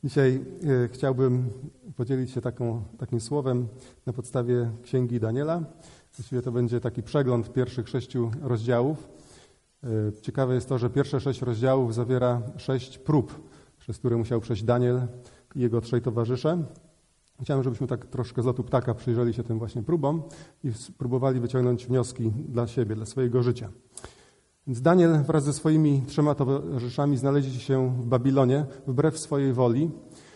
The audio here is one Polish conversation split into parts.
Dzisiaj chciałbym podzielić się takim słowem na podstawie Księgi Daniela. Właściwie to będzie taki przegląd pierwszych 6 rozdziałów. Ciekawe jest to, że pierwsze 6 rozdziałów zawiera 6 prób, przez które musiał przejść Daniel i jego 3 towarzysze. Chciałem, żebyśmy tak troszkę z lotu ptaka przyjrzeli się tym właśnie próbom i spróbowali wyciągnąć wnioski dla siebie, dla swojego życia. Więc Daniel wraz ze swoimi 3 towarzyszami znaleźli się w Babilonie wbrew swojej woli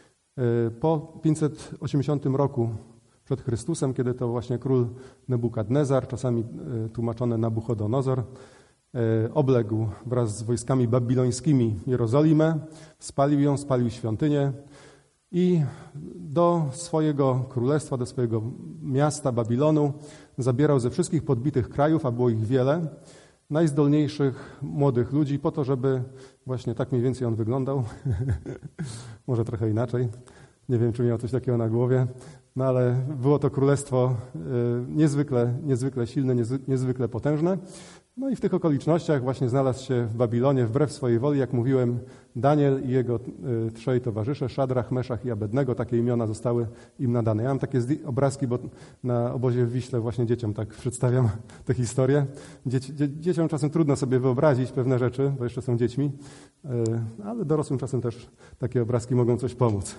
po 580 roku przed Chrystusem, kiedy to właśnie król Nebukadnezar, czasami tłumaczony Nabuchodonozor, obległ wraz z wojskami babilońskimi Jerozolimę, spalił ją, spalił świątynię i do swojego królestwa, do swojego miasta Babilonu zabierał ze wszystkich podbitych krajów, a było ich wiele, najzdolniejszych młodych ludzi po to, żeby właśnie tak mniej więcej on wyglądał. Może trochę inaczej. Nie wiem, czy miał coś takiego na głowie. No ale było to królestwo niezwykle silne, niezwykle potężne. No i w tych okolicznościach właśnie znalazł się w Babilonie wbrew swojej woli, jak mówiłem, Daniel i jego 3 towarzysze, Szadrach, Meszach i Abednego. Takie imiona zostały im nadane. Ja mam takie obrazki, bo na obozie w Wiśle właśnie dzieciom tak przedstawiam tę historię. Dzieciom czasem trudno sobie wyobrazić pewne rzeczy, bo jeszcze są dziećmi, ale dorosłym czasem też takie obrazki mogą coś pomóc.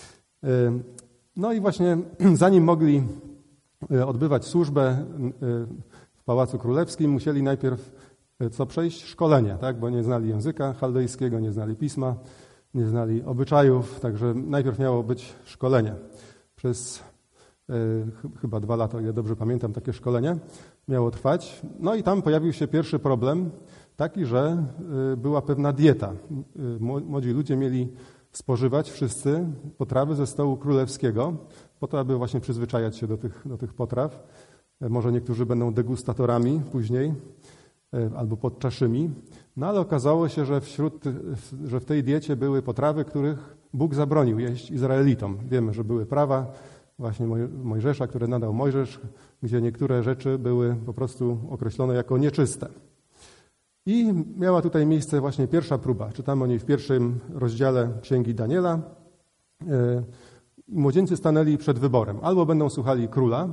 No i właśnie zanim mogli odbywać służbę w Pałacu Królewskim, musieli najpierw przejść szkolenie, tak? Bo nie znali języka chaldejskiego, nie znali pisma, nie znali obyczajów, także najpierw miało być szkolenie. Przez chyba 2 lata, o ile dobrze pamiętam, takie szkolenie miało trwać. No i tam pojawił się pierwszy problem, taki, że była pewna dieta. Młodzi ludzie mieli spożywać wszyscy potrawy ze stołu królewskiego, po to, aby właśnie przyzwyczajać się do tych potraw. Może niektórzy będą degustatorami później, albo podczaszymi. No ale okazało się, że w tej diecie były potrawy, których Bóg zabronił jeść Izraelitom. Wiemy, że były prawa właśnie Mojżesza, które nadał Mojżesz, gdzie niektóre rzeczy były po prostu określone jako nieczyste. I miała tutaj miejsce właśnie pierwsza próba. Czytamy o niej w 1 rozdziale Księgi Daniela. Młodzieńcy stanęli przed wyborem. Albo będą słuchali króla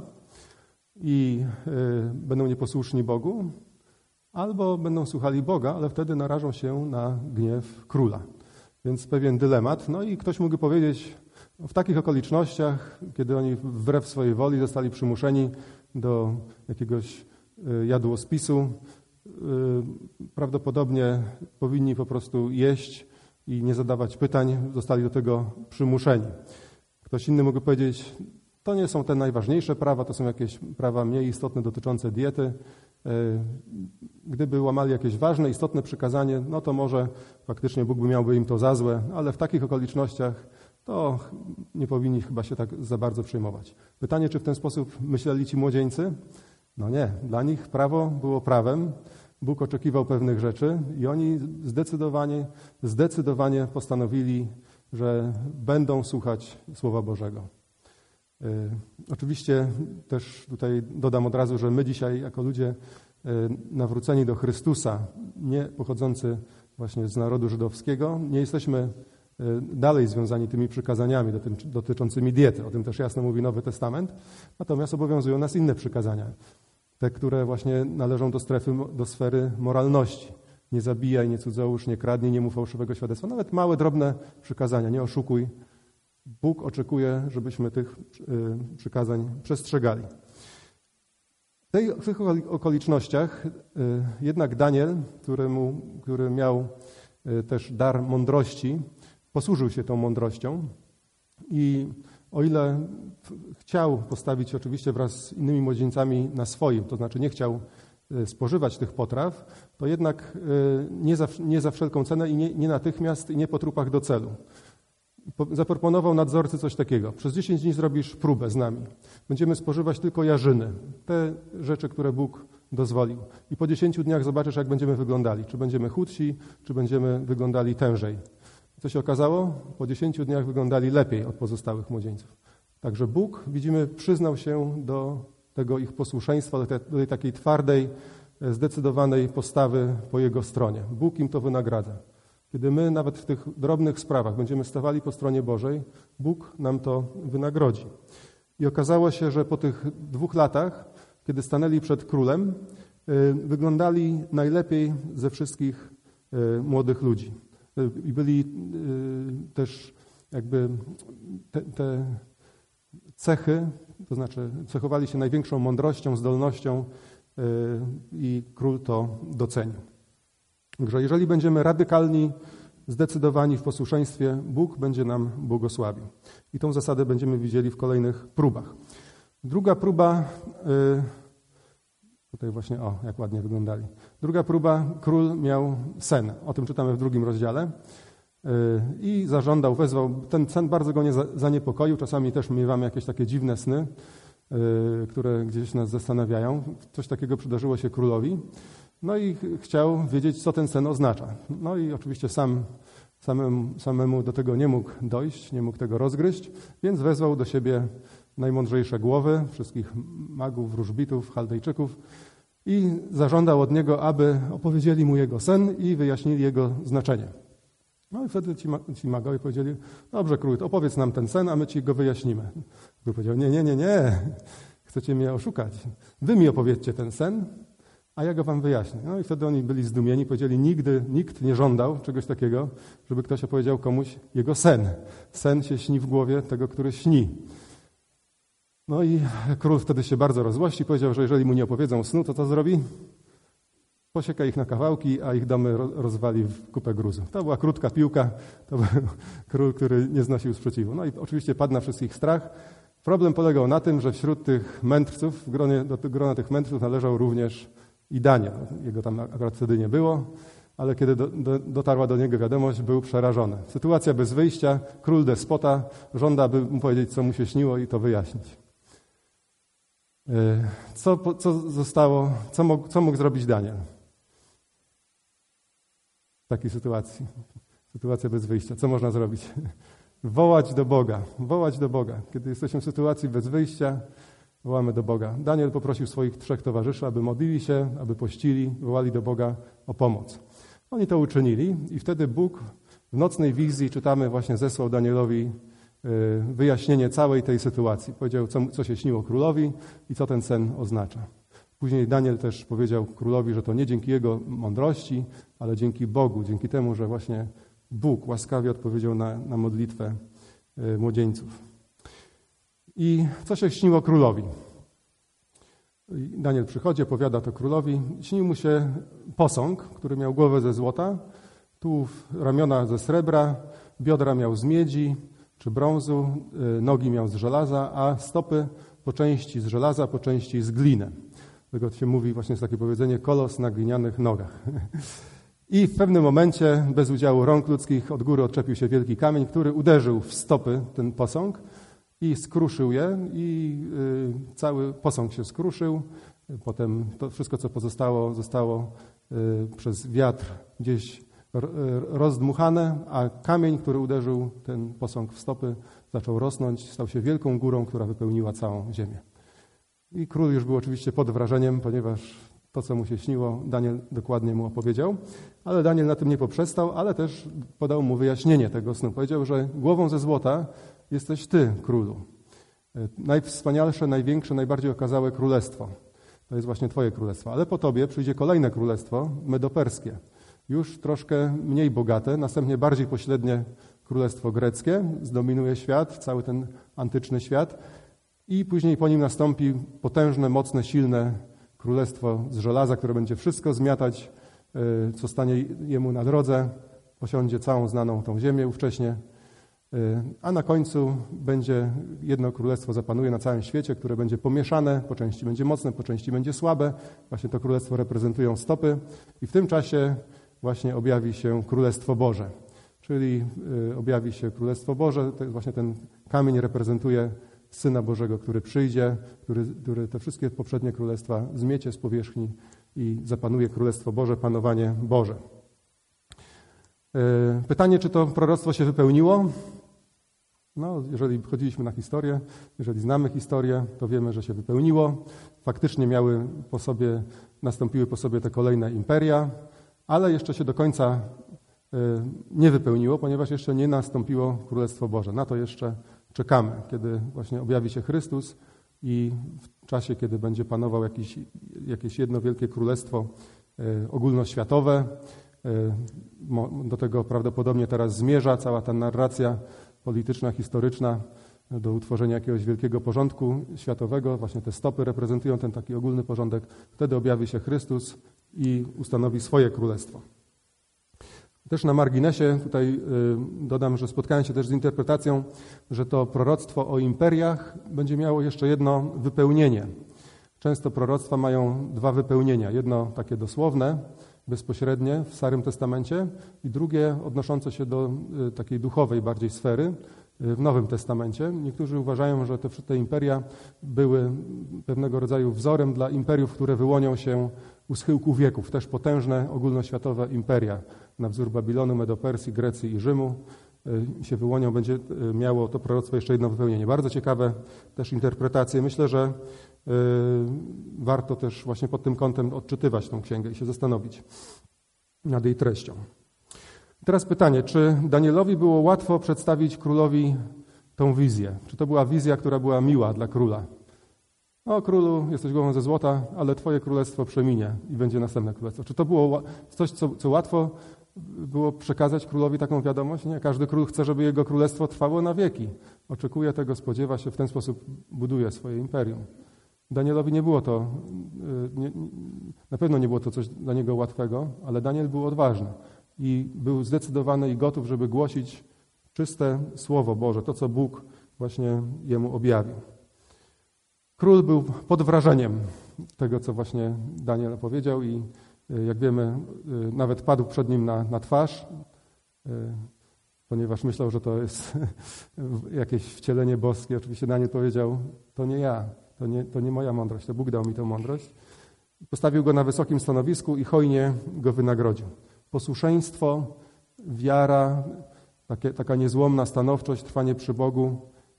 i będą nieposłuszni Bogu, albo będą słuchali Boga, ale wtedy narażą się na gniew króla. Więc pewien dylemat. No i ktoś mógłby powiedzieć, w takich okolicznościach, kiedy oni wbrew swojej woli zostali przymuszeni do jakiegoś jadłospisu, prawdopodobnie powinni po prostu jeść i nie zadawać pytań, zostali do tego przymuszeni. Ktoś inny mógłby powiedzieć, to nie są te najważniejsze prawa, to są jakieś prawa mniej istotne dotyczące diety. Gdyby łamali jakieś ważne, istotne przykazanie, no to może faktycznie Bóg miałby im to za złe, ale w takich okolicznościach to nie powinni chyba się tak za bardzo przejmować. Pytanie, czy w ten sposób myśleli ci młodzieńcy? No nie, dla nich prawo było prawem, Bóg oczekiwał pewnych rzeczy i oni zdecydowanie postanowili, że będą słuchać Słowa Bożego. Oczywiście też tutaj dodam od razu, że my dzisiaj jako ludzie nawróceni do Chrystusa, nie pochodzący właśnie z narodu żydowskiego, nie jesteśmy dalej związani tymi przykazaniami dotyczącymi diety. O tym też jasno mówi Nowy Testament. Natomiast obowiązują nas inne przykazania. Te, które właśnie należą do sfery moralności. Nie zabijaj, nie cudzołóż, nie kradnij, nie mów fałszywego świadectwa. Nawet małe, drobne przykazania. Nie oszukuj. Bóg oczekuje, żebyśmy tych przykazań przestrzegali. W tych okolicznościach jednak Daniel, który miał też dar mądrości, posłużył się tą mądrością i o ile chciał postawić oczywiście wraz z innymi młodzieńcami na swoim, to znaczy nie chciał spożywać tych potraw, to jednak nie za wszelką cenę i nie natychmiast i nie po trupach do celu. Zaproponował nadzorcy coś takiego. Przez 10 dni zrobisz próbę z nami. Będziemy spożywać tylko jarzyny, te rzeczy, które Bóg dozwolił. I po 10 dniach zobaczysz, jak będziemy wyglądali. Czy będziemy chudsi, czy będziemy wyglądali tężej. Co się okazało? Po 10 dniach wyglądali lepiej od pozostałych młodzieńców. Także Bóg, widzimy, przyznał się do tego ich posłuszeństwa, do tej takiej twardej, zdecydowanej postawy po Jego stronie. Bóg im to wynagradza. Kiedy my nawet w tych drobnych sprawach będziemy stawali po stronie Bożej, Bóg nam to wynagrodzi. I okazało się, że po tych 2 latach, kiedy stanęli przed królem, wyglądali najlepiej ze wszystkich młodych ludzi. I byli też jakby te cechy, to znaczy cechowali się największą mądrością, zdolnością i król to docenił. Także jeżeli będziemy radykalni, zdecydowani w posłuszeństwie, Bóg będzie nam błogosławił. I tą zasadę będziemy widzieli w kolejnych próbach. Druga próba, tutaj właśnie, jak ładnie wyglądali. Druga próba, król miał sen. O tym czytamy w 2 rozdziale. I zażądał, wezwał. Ten sen bardzo go nie zaniepokoił. Czasami też miewamy jakieś takie dziwne sny, które gdzieś nas zastanawiają. Coś takiego przydarzyło się królowi. No i chciał wiedzieć, co ten sen oznacza. No i oczywiście samemu do tego nie mógł dojść, nie mógł tego rozgryźć, więc wezwał do siebie najmądrzejsze głowy, wszystkich magów, wróżbitów, chaldejczyków i zażądał od niego, aby opowiedzieli mu jego sen i wyjaśnili jego znaczenie. No i wtedy ci magowie powiedzieli, dobrze król, opowiedz nam ten sen, a my ci go wyjaśnimy. Król powiedział, nie, chcecie mnie oszukać. Wy mi opowiedzcie ten sen, a ja go wam wyjaśnię. No i wtedy oni byli zdumieni, powiedzieli, nigdy nikt nie żądał czegoś takiego, żeby ktoś opowiedział komuś jego sen. Sen się śni w głowie tego, który śni. No i król wtedy się bardzo rozłości, powiedział, że jeżeli mu nie opowiedzą snu, to co zrobi? Posieka ich na kawałki, a ich domy rozwali w kupę gruzu. To była krótka piłka, to był król, który nie znosił sprzeciwu. No i oczywiście padł na wszystkich strach. Problem polegał na tym, że wśród tych mędrców, do grona tych mędrców należał również i Daniel. Jego tam akurat wtedy nie było, ale kiedy dotarła do niego wiadomość, był przerażony. Sytuacja bez wyjścia, król despota żąda, by mu powiedzieć, co mu się śniło i to wyjaśnić. Co zostało, co mógł zrobić Daniel w takiej sytuacji? Sytuacja bez wyjścia. Co można zrobić? Wołać do Boga. Kiedy jesteśmy w sytuacji bez wyjścia, wołamy do Boga. Daniel poprosił swoich 3 towarzyszy, aby modlili się, aby pościli, wołali do Boga o pomoc. Oni to uczynili i wtedy Bóg w nocnej wizji, czytamy, właśnie zesłał Danielowi wyjaśnienie całej tej sytuacji. Powiedział, co się śniło królowi i co ten sen oznacza. Później Daniel też powiedział królowi, że to nie dzięki jego mądrości, ale dzięki Bogu, dzięki temu, że właśnie Bóg łaskawie odpowiedział na modlitwę młodzieńców. I co się śniło królowi? Daniel przychodzi, opowiada to królowi. Śnił mu się posąg, który miał głowę ze złota, tułów, ramiona ze srebra, biodra miał z miedzi czy brązu, nogi miał z żelaza, a stopy po części z żelaza, po części z gliny. Dlatego się mówi, właśnie jest takie powiedzenie, kolos na glinianych nogach. I w pewnym momencie, bez udziału rąk ludzkich, od góry odczepił się wielki kamień, który uderzył w stopy ten posąg i skruszył je i cały posąg się skruszył. Potem to wszystko, co pozostało, zostało przez wiatr gdzieś rozdmuchane, a kamień, który uderzył ten posąg w stopy, zaczął rosnąć, stał się wielką górą, która wypełniła całą ziemię. I król już był oczywiście pod wrażeniem, ponieważ to, co mu się śniło, Daniel dokładnie mu opowiedział, ale Daniel na tym nie poprzestał, ale też podał mu wyjaśnienie tego snu. Powiedział, że głową ze złota jesteś ty, królu. Najwspanialsze, największe, najbardziej okazałe królestwo. To jest właśnie twoje królestwo. Ale po tobie przyjdzie kolejne królestwo, medoperskie. Już troszkę mniej bogate, następnie bardziej pośrednie królestwo greckie. Zdominuje świat, cały ten antyczny świat. I później po nim nastąpi potężne, mocne, silne królestwo z żelaza, które będzie wszystko zmiatać, co stanie jemu na drodze. Posiądzie całą znaną tą ziemię ówcześnie. A na końcu będzie jedno królestwo zapanuje na całym świecie, które będzie pomieszane, po części będzie mocne, po części będzie słabe. Właśnie to królestwo reprezentują stopy i w tym czasie właśnie objawi się Królestwo Boże. Czyli objawi się Królestwo Boże, to jest właśnie ten kamień reprezentuje Syna Bożego, który przyjdzie, który te wszystkie poprzednie królestwa zmiecie z powierzchni i zapanuje Królestwo Boże, panowanie Boże. Pytanie, czy to proroctwo się wypełniło? No, jeżeli chodziliśmy na historię, jeżeli znamy historię, to wiemy, że się wypełniło. Faktycznie nastąpiły po sobie te kolejne imperia, ale jeszcze się do końca nie wypełniło, ponieważ jeszcze nie nastąpiło Królestwo Boże. Na to jeszcze czekamy, kiedy właśnie objawi się Chrystus i w czasie, kiedy będzie panował jakieś jedno wielkie królestwo ogólnoświatowe. Do tego prawdopodobnie teraz zmierza cała ta narracja polityczna, historyczna do utworzenia jakiegoś wielkiego porządku światowego. Właśnie te stopy reprezentują ten taki ogólny porządek. Wtedy objawi się Chrystus i ustanowi swoje królestwo. Też na marginesie tutaj dodam, że spotkałem się też z interpretacją, że to proroctwo o imperiach będzie miało jeszcze jedno wypełnienie. Często proroctwa mają dwa wypełnienia. Jedno takie dosłowne, bezpośrednie w Starym Testamencie i drugie odnoszące się do takiej duchowej bardziej sfery w Nowym Testamencie. Niektórzy uważają, że te imperia były pewnego rodzaju wzorem dla imperiów, które wyłonią się u schyłku wieków. Też potężne, ogólnoświatowe imperia na wzór Babilonu, Medopersji, Grecji i Rzymu się wyłonią. Będzie miało to proroctwo jeszcze jedno wypełnienie. Bardzo ciekawe też interpretacje. Myślę, że warto też właśnie pod tym kątem odczytywać tą księgę i się zastanowić nad jej treścią. Teraz pytanie, czy Danielowi było łatwo przedstawić królowi tą wizję? Czy to była wizja, która była miła dla króla? O, królu, jesteś głową ze złota, ale twoje królestwo przeminie i będzie następne królestwo. Czy to było coś, co łatwo było przekazać królowi taką wiadomość? Nie, każdy król chce, żeby jego królestwo trwało na wieki. Oczekuje tego, spodziewa się, w ten sposób buduje swoje imperium. Danielowi nie było to, na pewno nie było to coś dla niego łatwego, ale Daniel był odważny i był zdecydowany i gotów, żeby głosić czyste Słowo Boże, to co Bóg właśnie jemu objawił. Król był pod wrażeniem tego, co właśnie Daniel powiedział i jak wiemy, nawet padł przed nim na twarz, ponieważ myślał, że to jest jakieś wcielenie boskie. Oczywiście Daniel powiedział, to nie ja, to nie moja mądrość, to Bóg dał mi tę mądrość. Postawił go na wysokim stanowisku i hojnie go wynagrodził. Posłuszeństwo, wiara, taka niezłomna stanowczość, trwanie przy Bogu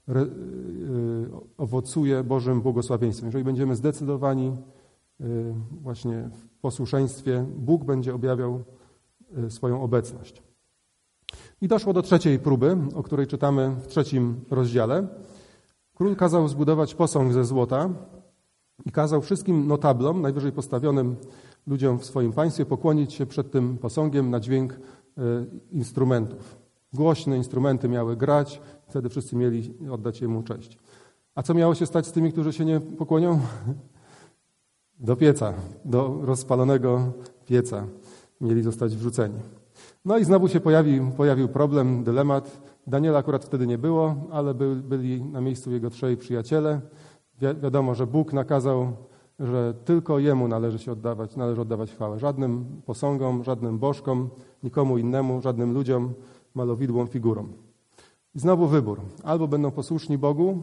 owocuje Bożym błogosławieństwem. Jeżeli będziemy zdecydowani właśnie w posłuszeństwie, Bóg będzie objawiał swoją obecność. I doszło do trzeciej próby, o której czytamy w 3 rozdziale. Król kazał zbudować posąg ze złota i kazał wszystkim notablom, najwyżej postawionym ludziom w swoim państwie, pokłonić się przed tym posągiem na dźwięk instrumentów. Głośne instrumenty miały grać, wtedy wszyscy mieli oddać jemu cześć. A co miało się stać z tymi, którzy się nie pokłonią? Do pieca, do rozpalonego pieca mieli zostać wrzuceni. No i znowu się pojawił problem, dylemat. Daniela akurat wtedy nie było, ale byli na miejscu jego 3 przyjaciele. Wiadomo, że Bóg nakazał, że tylko Jemu należy oddawać chwałę. Żadnym posągom, żadnym bożkom, nikomu innemu, żadnym ludziom, malowidłom, figurom. I znowu wybór. Albo będą posłuszni Bogu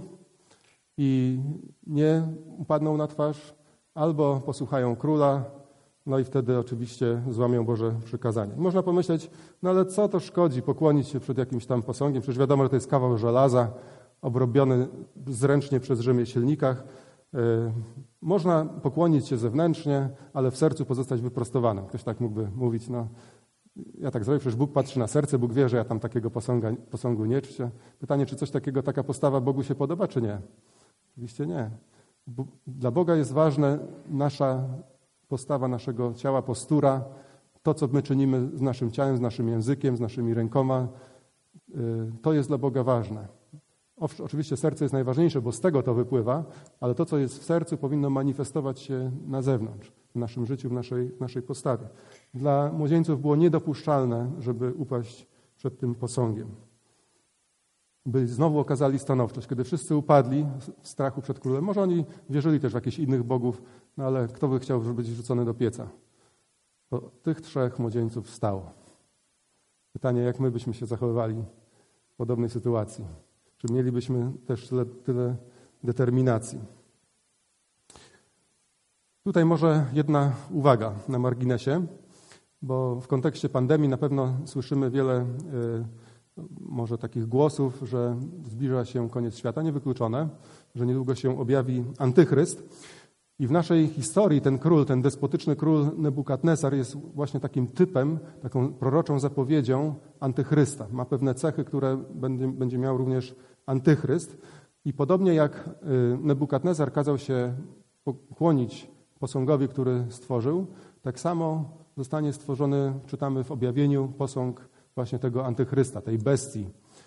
i nie upadną na twarz, albo posłuchają króla, no i wtedy oczywiście złamią Boże przykazanie. Można pomyśleć, no ale co to szkodzi pokłonić się przed jakimś tam posągiem? Przecież wiadomo, że to jest kawał żelaza, obrobiony zręcznie przez rzemieślnikach. Można pokłonić się zewnętrznie, ale w sercu pozostać wyprostowanym. Ktoś tak mógłby mówić, no ja tak zrobię, przecież Bóg patrzy na serce, Bóg wie, że ja tam takiego posągu nie czczę. Pytanie, czy coś takiego, taka postawa Bogu się podoba, czy nie? Oczywiście nie. Dla Boga jest ważna nasza postawa naszego ciała, postura, to, co my czynimy z naszym ciałem, z naszym językiem, z naszymi rękoma. To jest dla Boga ważne. Oczywiście serce jest najważniejsze, bo z tego to wypływa, ale to, co jest w sercu, powinno manifestować się na zewnątrz, w naszym życiu, w naszej postawie. Dla młodzieńców było niedopuszczalne, żeby upaść przed tym posągiem. By znowu okazali stanowczość. Kiedy wszyscy upadli w strachu przed królem, może oni wierzyli też w jakichś innych bogów, no ale kto by chciał być wrzucony do pieca? To tych 3 młodzieńców wstało. Pytanie, jak my byśmy się zachowywali w podobnej sytuacji? Czy mielibyśmy też tyle determinacji? Tutaj może jedna uwaga na marginesie, bo w kontekście pandemii na pewno słyszymy wiele może takich głosów, że zbliża się koniec świata, niewykluczone, że niedługo się objawi antychryst. I w naszej historii ten król, ten despotyczny król Nebukadnesar jest właśnie takim typem, taką proroczą zapowiedzią antychrysta. Ma pewne cechy, które będzie miał również antychryst. I podobnie jak Nebukadnesar kazał się pokłonić posągowi, który stworzył, tak samo zostanie stworzony, czytamy w objawieniu, posąg właśnie tego antychrysta, tej bestii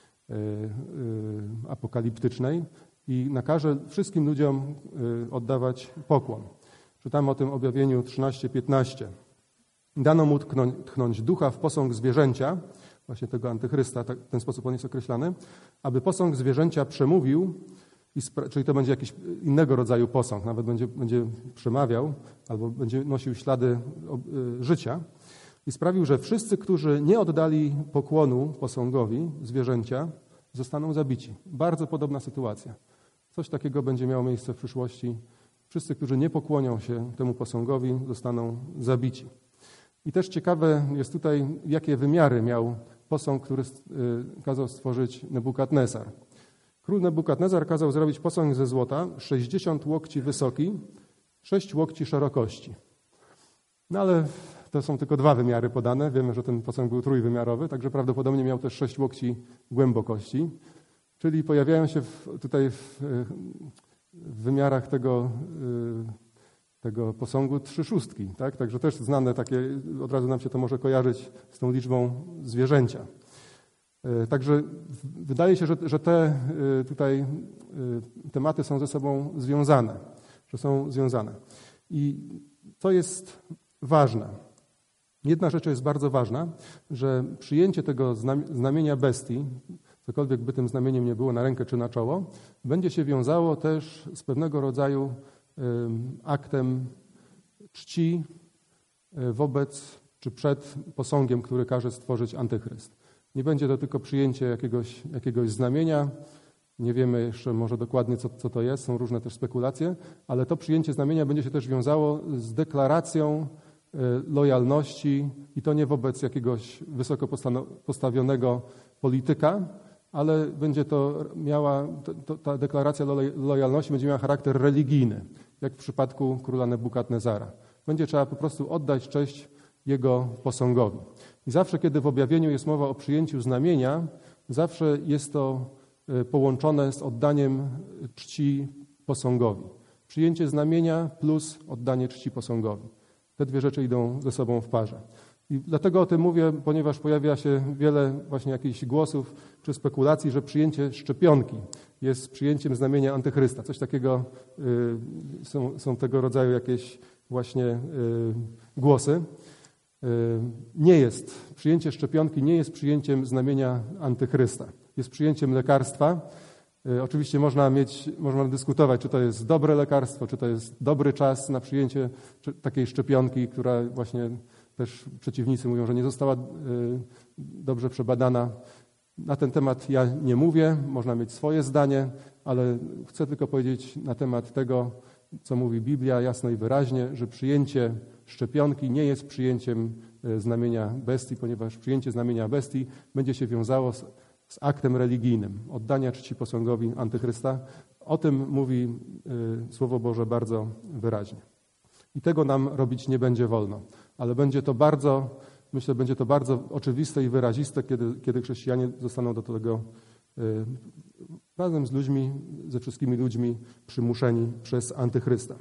apokaliptycznej i nakaże wszystkim ludziom oddawać pokłon. Czytamy o tym objawieniu 13:15. Dano mu tchnąć ducha w posąg zwierzęcia, właśnie tego antychrysta, w ten sposób on jest określany, aby posąg zwierzęcia przemówił, czyli to będzie jakiś innego rodzaju posąg, nawet będzie przemawiał albo będzie nosił ślady życia i sprawił, że wszyscy, którzy nie oddali pokłonu posągowi zwierzęcia, zostaną zabici. Bardzo podobna sytuacja. Coś takiego będzie miało miejsce w przyszłości. Wszyscy, którzy nie pokłonią się temu posągowi, zostaną zabici. I też ciekawe jest tutaj, jakie wymiary miał posąg, który kazał stworzyć Nebukadnesar. Król Nebukadnesar kazał zrobić posąg ze złota, 60 łokci wysoki, 6 łokci szerokości. No ale to są tylko 2 wymiary podane. Wiemy, że ten posąg był trójwymiarowy, także prawdopodobnie miał też 6 łokci głębokości. Czyli pojawiają się tutaj w wymiarach tego posągu 3 szóstki. Tak? Także też znane takie, od razu nam się to może kojarzyć z tą liczbą zwierzęcia. Także wydaje się, że te tutaj tematy są ze sobą związane, że są związane. I to jest ważne. Jedna rzecz jest bardzo ważna, że przyjęcie tego znamienia bestii, cokolwiek by tym znamieniem nie było, na rękę czy na czoło, będzie się wiązało też z pewnego rodzaju aktem czci wobec czy przed posągiem, który każe stworzyć antychryst. Nie będzie to tylko przyjęcie jakiegoś znamienia, nie wiemy jeszcze może dokładnie, co to jest, są różne też spekulacje, ale to przyjęcie znamienia będzie się też wiązało z deklaracją lojalności i to nie wobec jakiegoś wysoko postawionego polityka, ale będzie to miała, ta deklaracja lojalności będzie miała charakter religijny, jak w przypadku króla Nebukadnezara. Będzie trzeba po prostu oddać cześć jego posągowi. I zawsze, kiedy w objawieniu jest mowa o przyjęciu znamienia, zawsze jest to połączone z oddaniem czci posągowi. Przyjęcie znamienia plus oddanie czci posągowi. Te 2 rzeczy idą ze sobą w parze. I dlatego o tym mówię, ponieważ pojawia się wiele właśnie jakichś głosów czy spekulacji, że przyjęcie szczepionki jest przyjęciem znamienia antychrysta. Coś takiego, są tego rodzaju jakieś właśnie głosy. Nie jest. Przyjęcie szczepionki nie jest przyjęciem znamienia antychrysta. Jest przyjęciem lekarstwa. Oczywiście można dyskutować, czy to jest dobre lekarstwo, czy to jest dobry czas na przyjęcie takiej szczepionki, która właśnie też przeciwnicy mówią, że nie została dobrze przebadana. Na ten temat ja nie mówię, można mieć swoje zdanie, ale chcę tylko powiedzieć na temat tego, co mówi Biblia jasno i wyraźnie, że przyjęcie szczepionki nie jest przyjęciem znamienia bestii, ponieważ przyjęcie znamienia bestii będzie się wiązało z aktem religijnym, oddania czci posągowi antychrysta. O tym mówi Słowo Boże bardzo wyraźnie. I tego nam robić nie będzie wolno, ale będzie to bardzo oczywiste i wyraziste, kiedy chrześcijanie zostaną do tego razem z ludźmi, ze wszystkimi ludźmi przymuszeni przez antychrysta.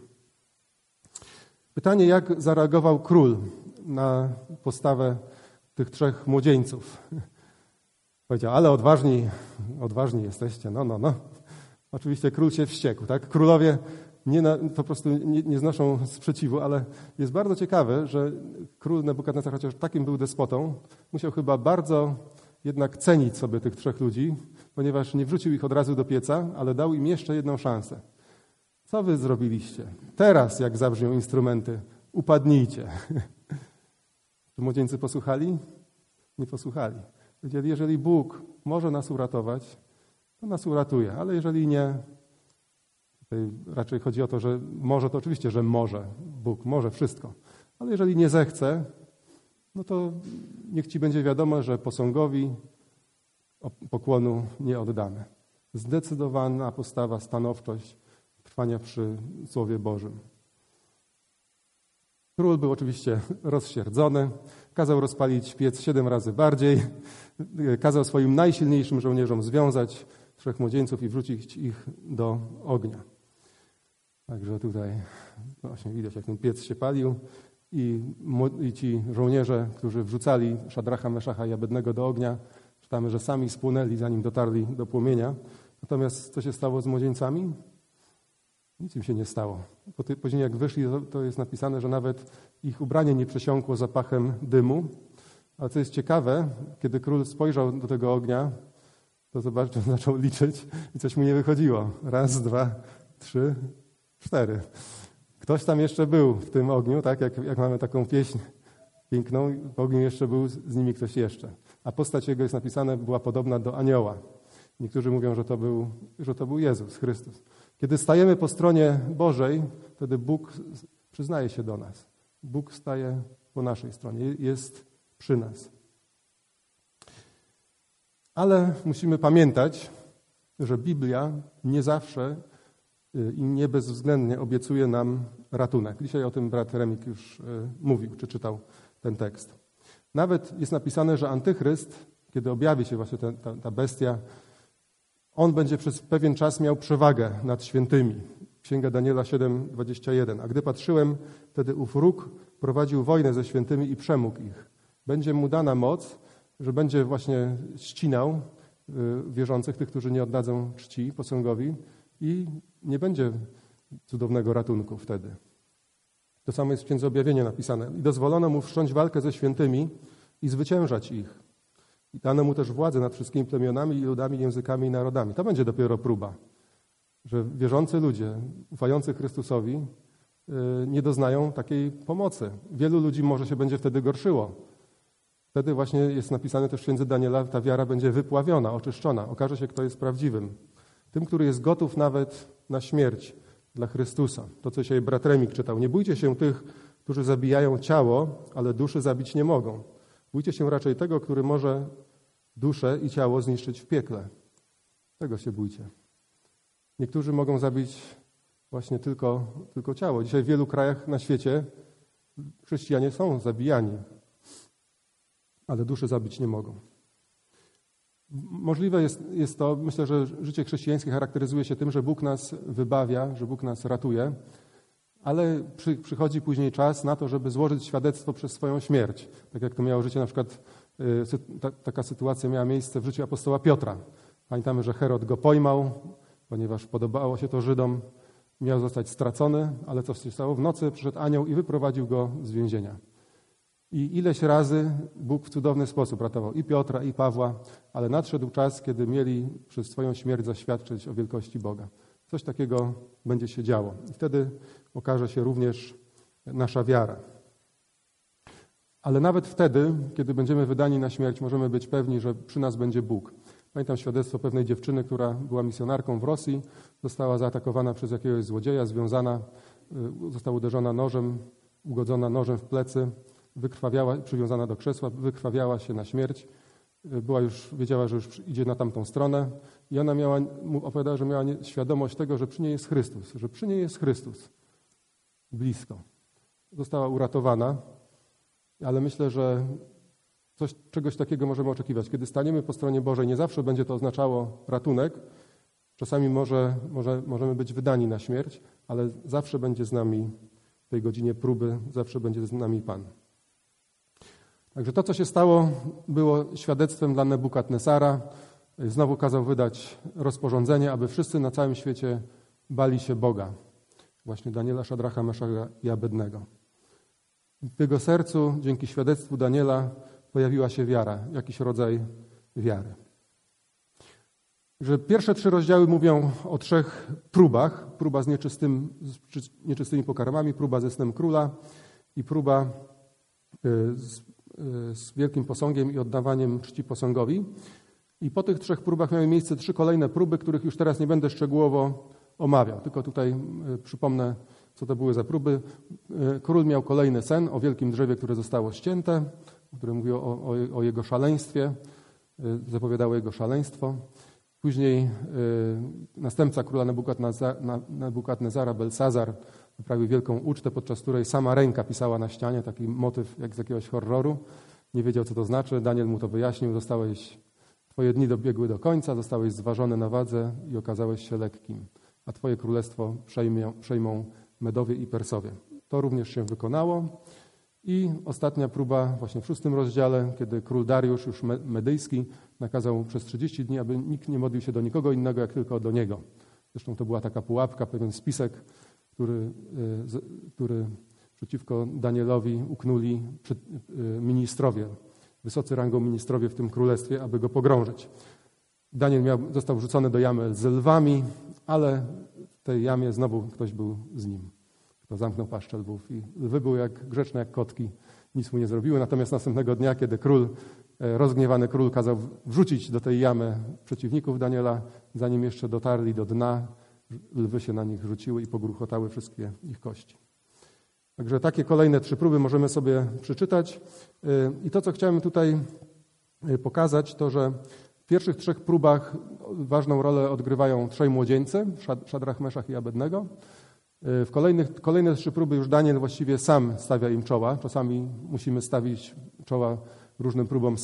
Pytanie, jak zareagował król na postawę tych 3 młodzieńców? Powiedział, ale odważni jesteście, no. Oczywiście król się wściekł, tak? Królowie po prostu nie znoszą sprzeciwu, ale jest bardzo ciekawe, że król Nebukadnesar, chociaż takim był despotą, musiał chyba bardzo jednak cenić sobie tych 3 ludzi, ponieważ nie wrzucił ich od razu do pieca, ale dał im jeszcze jedną szansę. Co wy zrobiliście? Teraz, jak zabrzmią instrumenty, upadnijcie. Czy młodzieńcy posłuchali? Nie posłuchali. Powiedzieli, jeżeli Bóg może nas uratować, to nas uratuje, ale jeżeli nie, tutaj raczej chodzi o to, że może, to oczywiście, że może. Bóg może wszystko. Ale jeżeli nie zechce, no to niech ci będzie wiadomo, że posągowi pokłonu nie oddamy. Zdecydowana postawa, stanowczość trwania przy Słowie Bożym. Król był oczywiście rozsierdzony, kazał rozpalić piec 7 razy bardziej, kazał swoim najsilniejszym żołnierzom związać 3 młodzieńców i wrzucić ich do ognia. Także tutaj właśnie widać, jak ten piec się palił i ci żołnierze, którzy wrzucali Szadracha, Meszacha i Abednego do ognia, czytamy, że sami spłonęli, zanim dotarli do płomienia. Natomiast co się stało z młodzieńcami? Nic im się nie stało. Później jak wyszli, to jest napisane, że nawet ich ubranie nie przesiąkło zapachem dymu. Ale co jest ciekawe, kiedy król spojrzał do tego ognia, to zobaczył, zaczął liczyć i coś mu nie wychodziło. 1, 2, 3, 4. Ktoś tam jeszcze był w tym ogniu, tak jak mamy taką pieśń piękną, w ogniu jeszcze był z nimi ktoś jeszcze. A postać jego, jest napisane, była podobna do anioła. Niektórzy mówią, że to był Jezus Chrystus. Kiedy stajemy po stronie Bożej, wtedy Bóg przyznaje się do nas. Bóg staje po naszej stronie, jest przy nas. Ale musimy pamiętać, że Biblia nie zawsze i nie bezwzględnie obiecuje nam ratunek. Dzisiaj o tym brat Remik już mówił, czy czytał ten tekst. Nawet jest napisane, że Antychryst, kiedy objawi się właśnie ta bestia, on będzie przez pewien czas miał przewagę nad świętymi. Księga Daniela 7:21. A gdy patrzyłem, wtedy ów wróg prowadził wojnę ze świętymi i przemógł ich. Będzie mu dana moc, że będzie właśnie ścinał wierzących, tych, którzy nie oddadzą czci posągowi i nie będzie cudownego ratunku wtedy. To samo jest w Księdze Objawienia napisane. I dozwolono mu wszcząć walkę ze świętymi i zwyciężać ich. I dano mu też władzę nad wszystkimi plemionami, i ludami, językami i narodami. To będzie dopiero próba, że wierzący ludzie, ufający Chrystusowi, nie doznają takiej pomocy. Wielu ludzi może się będzie wtedy gorszyło. Wtedy właśnie jest napisane też w Księdze Daniela, ta wiara będzie wypławiona, oczyszczona. Okaże się, kto jest prawdziwym. Tym, który jest gotów nawet na śmierć dla Chrystusa. To, co dzisiaj brat Remik czytał. Nie bójcie się tych, którzy zabijają ciało, ale duszy zabić nie mogą. Bójcie się raczej tego, który może duszę i ciało zniszczyć w piekle. Tego się bójcie. Niektórzy mogą zabić właśnie tylko ciało. Dzisiaj w wielu krajach na świecie chrześcijanie są zabijani, ale duszy zabić nie mogą. Możliwe jest to, myślę, że życie chrześcijańskie charakteryzuje się tym, że Bóg nas wybawia, że Bóg nas ratuje, ale przychodzi później czas na to, żeby złożyć świadectwo przez swoją śmierć. Tak jak to miało życie, na przykład taka sytuacja miała miejsce w życiu apostoła Piotra. Pamiętamy, że Herod go pojmał, ponieważ podobało się to Żydom, miał zostać stracony, ale co się stało? W nocy przyszedł anioł i wyprowadził go z więzienia. I ileś razy Bóg w cudowny sposób ratował i Piotra, i Pawła, ale nadszedł czas, kiedy mieli przez swoją śmierć zaświadczyć o wielkości Boga. Coś takiego będzie się działo. I wtedy okaże się również nasza wiara. Ale nawet wtedy, kiedy będziemy wydani na śmierć, możemy być pewni, że przy nas będzie Bóg. Pamiętam świadectwo pewnej dziewczyny, która była misjonarką w Rosji, została zaatakowana przez jakiegoś złodzieja, związana, została uderzona nożem, ugodzona nożem w plecy, wykrwawiała, przywiązana do krzesła, wykrwawiała się na śmierć. Wiedziała, że już idzie na tamtą stronę i ona opowiadała, że miała świadomość tego, że przy niej jest Chrystus. Blisko. Została uratowana, ale myślę, że czegoś takiego możemy oczekiwać. Kiedy staniemy po stronie Bożej, nie zawsze będzie to oznaczało ratunek. Czasami możemy być wydani na śmierć, ale zawsze będzie z nami w tej godzinie próby, zawsze będzie z nami Pan. Także to, co się stało, było świadectwem dla Nebukadnesara. Znowu kazał wydać rozporządzenie, aby wszyscy na całym świecie bali się Boga. Właśnie Daniela, Szadracha, Meszacha i Abednego. W jego sercu, dzięki świadectwu Daniela, pojawiła się wiara, jakiś rodzaj wiary. Że pierwsze 3 rozdziały mówią o 3 próbach. Próba z nieczystymi pokarmami, próba ze snem króla i próba z wielkim posągiem i oddawaniem czci posągowi. I po tych 3 próbach miały miejsce 3 kolejne próby, których już teraz nie będę szczegółowo omawiał. Tylko tutaj przypomnę, co to były za próby. Król miał kolejny sen o wielkim drzewie, które zostało ścięte, które mówiło o jego szaleństwie, zapowiadało jego szaleństwo. Później następca króla Nebukadnezara, Belsazar, wyprawił wielką ucztę, podczas której sama ręka pisała na ścianie, taki motyw jak z jakiegoś horroru. Nie wiedział, co to znaczy. Daniel mu to wyjaśnił. Twoje dni dobiegły do końca, zostałeś zważony na wadze i okazałeś się lekkim, a twoje królestwo przejmą Medowie i Persowie. To również się wykonało. I ostatnia próba właśnie w 6 rozdziale, kiedy król Dariusz, już medyjski, nakazał przez 30 dni, aby nikt nie modlił się do nikogo innego, jak tylko do niego. Zresztą to była taka pułapka, pewien spisek, który przeciwko Danielowi uknuli ministrowie, wysocy rangą ministrowie w tym królestwie, aby go pogrążyć. Daniel został wrzucony do jamy z lwami, ale w tej jamie znowu ktoś był z nim. Kto zamknął paszczę lwów i lwy były grzeczne jak kotki, nic mu nie zrobiły. Natomiast następnego dnia, kiedy rozgniewany król kazał wrzucić do tej jamy przeciwników Daniela, zanim jeszcze dotarli do dna, lwy się na nich rzuciły i pogruchotały wszystkie ich kości. Także takie kolejne 3 próby możemy sobie przeczytać. I to, co chciałem tutaj pokazać, to, że w pierwszych 3 próbach ważną rolę odgrywają 3 młodzieńcy, Szadrach, Meszach i Abednego. W kolejne 3 próby już Daniel właściwie sam stawia im czoła. Czasami musimy stawić czoła różnym próbom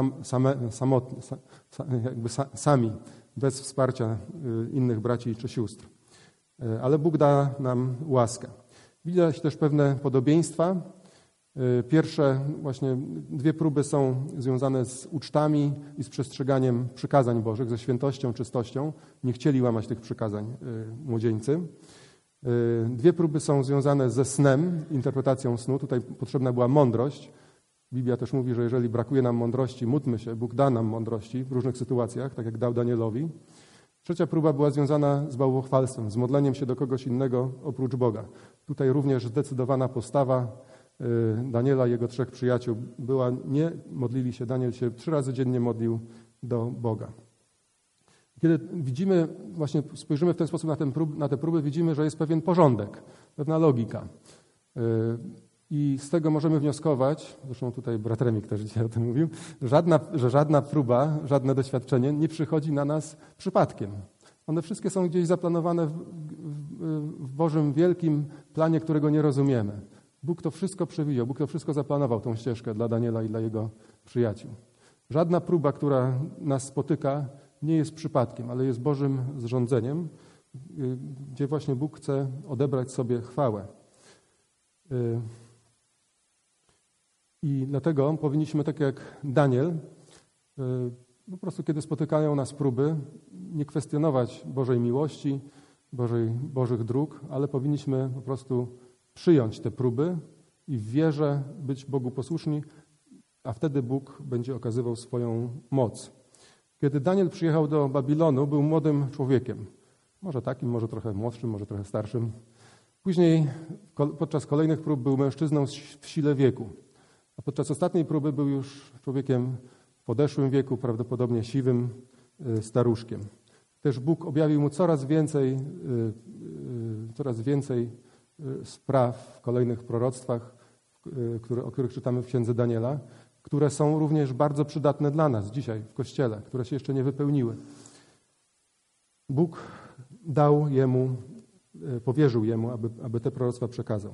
sami, bez wsparcia innych braci czy sióstr. Ale Bóg da nam łaskę. Widać też pewne podobieństwa. Pierwsze właśnie 2 próby są związane z ucztami i z przestrzeganiem przykazań Bożych, ze świętością, czystością. Nie chcieli łamać tych przykazań młodzieńcy. 2 próby są związane ze snem, interpretacją snu. Tutaj potrzebna była mądrość. Biblia też mówi, że jeżeli brakuje nam mądrości, módlmy się, Bóg da nam mądrości w różnych sytuacjach, tak jak dał Danielowi. 3. próba była związana z bałwochwalstwem, z modleniem się do kogoś innego oprócz Boga. Tutaj również zdecydowana postawa Daniela i jego 3 przyjaciół była, nie modlili się, Daniel się 3 razy dziennie modlił do Boga. Kiedy widzimy, właśnie spojrzymy w ten sposób na te próby, widzimy, że jest pewien porządek, pewna logika. I z tego możemy wnioskować, zresztą tutaj brat Remik też dzisiaj o tym mówił, że żadna próba, żadne doświadczenie nie przychodzi na nas przypadkiem. One wszystkie są gdzieś zaplanowane w Bożym wielkim planie, którego nie rozumiemy. Bóg to wszystko przewidział, Bóg to wszystko zaplanował, tą ścieżkę dla Daniela i dla jego przyjaciół. Żadna próba, która nas spotyka, nie jest przypadkiem, ale jest Bożym zrządzeniem, gdzie właśnie Bóg chce odebrać sobie chwałę. I dlatego powinniśmy, tak jak Daniel, po prostu kiedy spotykają nas próby, nie kwestionować Bożej miłości, Bożych dróg, ale powinniśmy po prostu przyjąć te próby i w wierze być Bogu posłuszni, a wtedy Bóg będzie okazywał swoją moc. Kiedy Daniel przyjechał do Babilonu, był młodym człowiekiem. Może takim, może trochę młodszym, może trochę starszym. Później podczas kolejnych prób był mężczyzną w sile wieku. A podczas ostatniej próby był już człowiekiem w podeszłym wieku, prawdopodobnie siwym staruszkiem. Też Bóg objawił mu coraz więcej spraw w kolejnych proroctwach, o których czytamy w Księdze Daniela, które są również bardzo przydatne dla nas dzisiaj w Kościele, które się jeszcze nie wypełniły. Bóg powierzył jemu, aby te proroctwa przekazał.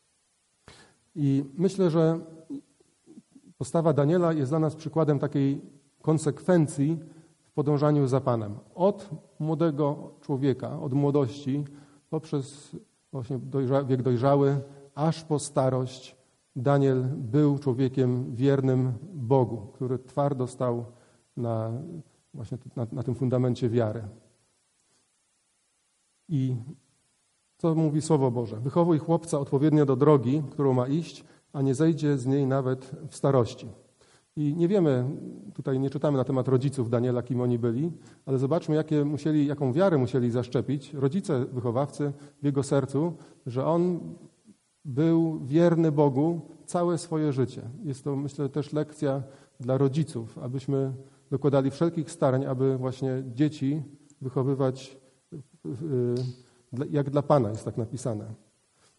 I myślę, że postawa Daniela jest dla nas przykładem takiej konsekwencji w podążaniu za Panem. Od młodego człowieka, od młodości, poprzez właśnie wiek dojrzały, aż po starość, Daniel był człowiekiem wiernym Bogu, który twardo stał na tym fundamencie wiary. I co mówi Słowo Boże? Wychowuj chłopca odpowiednio do drogi, którą ma iść, a nie zejdzie z niej nawet w starości. I nie wiemy, tutaj nie czytamy na temat rodziców Daniela, kim oni byli, ale zobaczmy, jaką wiarę musieli zaszczepić rodzice, wychowawcy w jego sercu, że on był wierny Bogu całe swoje życie. Jest to, myślę, też lekcja dla rodziców, abyśmy dokładali wszelkich starań, aby właśnie dzieci wychowywać jak dla Pana, jest tak napisane.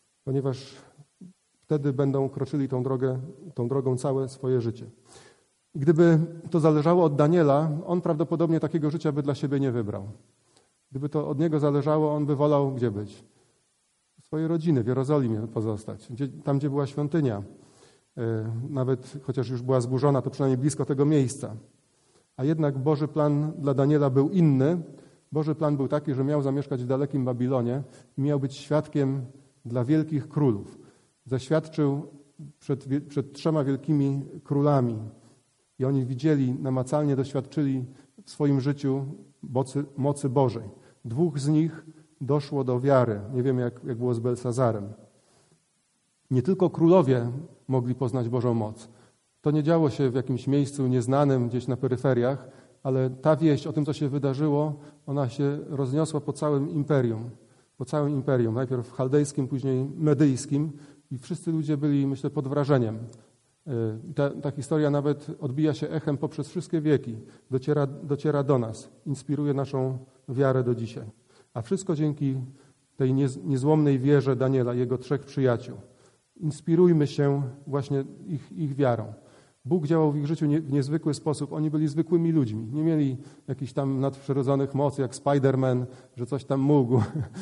Ponieważ wtedy będą kroczyli tą drogą całe swoje życie. I gdyby to zależało od Daniela, on prawdopodobnie takiego życia by dla siebie nie wybrał. Gdyby to od niego zależało, on by wolał gdzie być? Swojej rodziny, w Jerozolimie pozostać, tam gdzie była świątynia. Nawet chociaż już była zburzona, to przynajmniej blisko tego miejsca. A jednak Boży plan dla Daniela był inny. Boży plan był taki, że miał zamieszkać w dalekim Babilonie i miał być świadkiem dla wielkich królów. Zaświadczył przed 3 wielkimi królami i oni widzieli, namacalnie doświadczyli w swoim życiu mocy Bożej. 2 z nich doszło do wiary. Nie wiemy, jak było z Belsazarem. Nie tylko królowie mogli poznać Bożą moc. To nie działo się w jakimś miejscu nieznanym, gdzieś na peryferiach, ale ta wieść o tym, co się wydarzyło, ona się rozniosła po całym imperium. Po całym imperium. Najpierw chaldejskim, później medyjskim i wszyscy ludzie byli, myślę, pod wrażeniem. Ta historia nawet odbija się echem poprzez wszystkie wieki. Dociera do nas. Inspiruje naszą wiarę do dzisiaj. A wszystko dzięki tej niezłomnej wierze Daniela i jego 3 przyjaciół. Inspirujmy się właśnie ich wiarą. Bóg działał w ich życiu w niezwykły sposób. Oni byli zwykłymi ludźmi. Nie mieli jakichś tam nadprzyrodzonych mocy, jak Spider-Man, że coś tam mógł.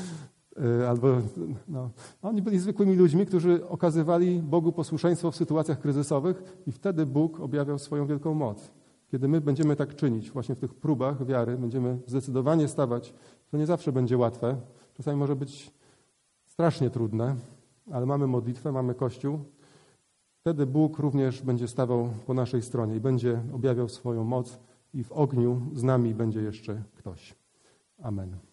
Oni byli zwykłymi ludźmi, którzy okazywali Bogu posłuszeństwo w sytuacjach kryzysowych i wtedy Bóg objawiał swoją wielką moc. Kiedy my będziemy tak czynić, właśnie w tych próbach wiary, będziemy zdecydowanie stawać, to nie zawsze będzie łatwe. Czasami może być strasznie trudne, ale mamy modlitwę, mamy Kościół. Wtedy Bóg również będzie stawał po naszej stronie i będzie objawiał swoją moc i w ogniu z nami będzie jeszcze ktoś. Amen.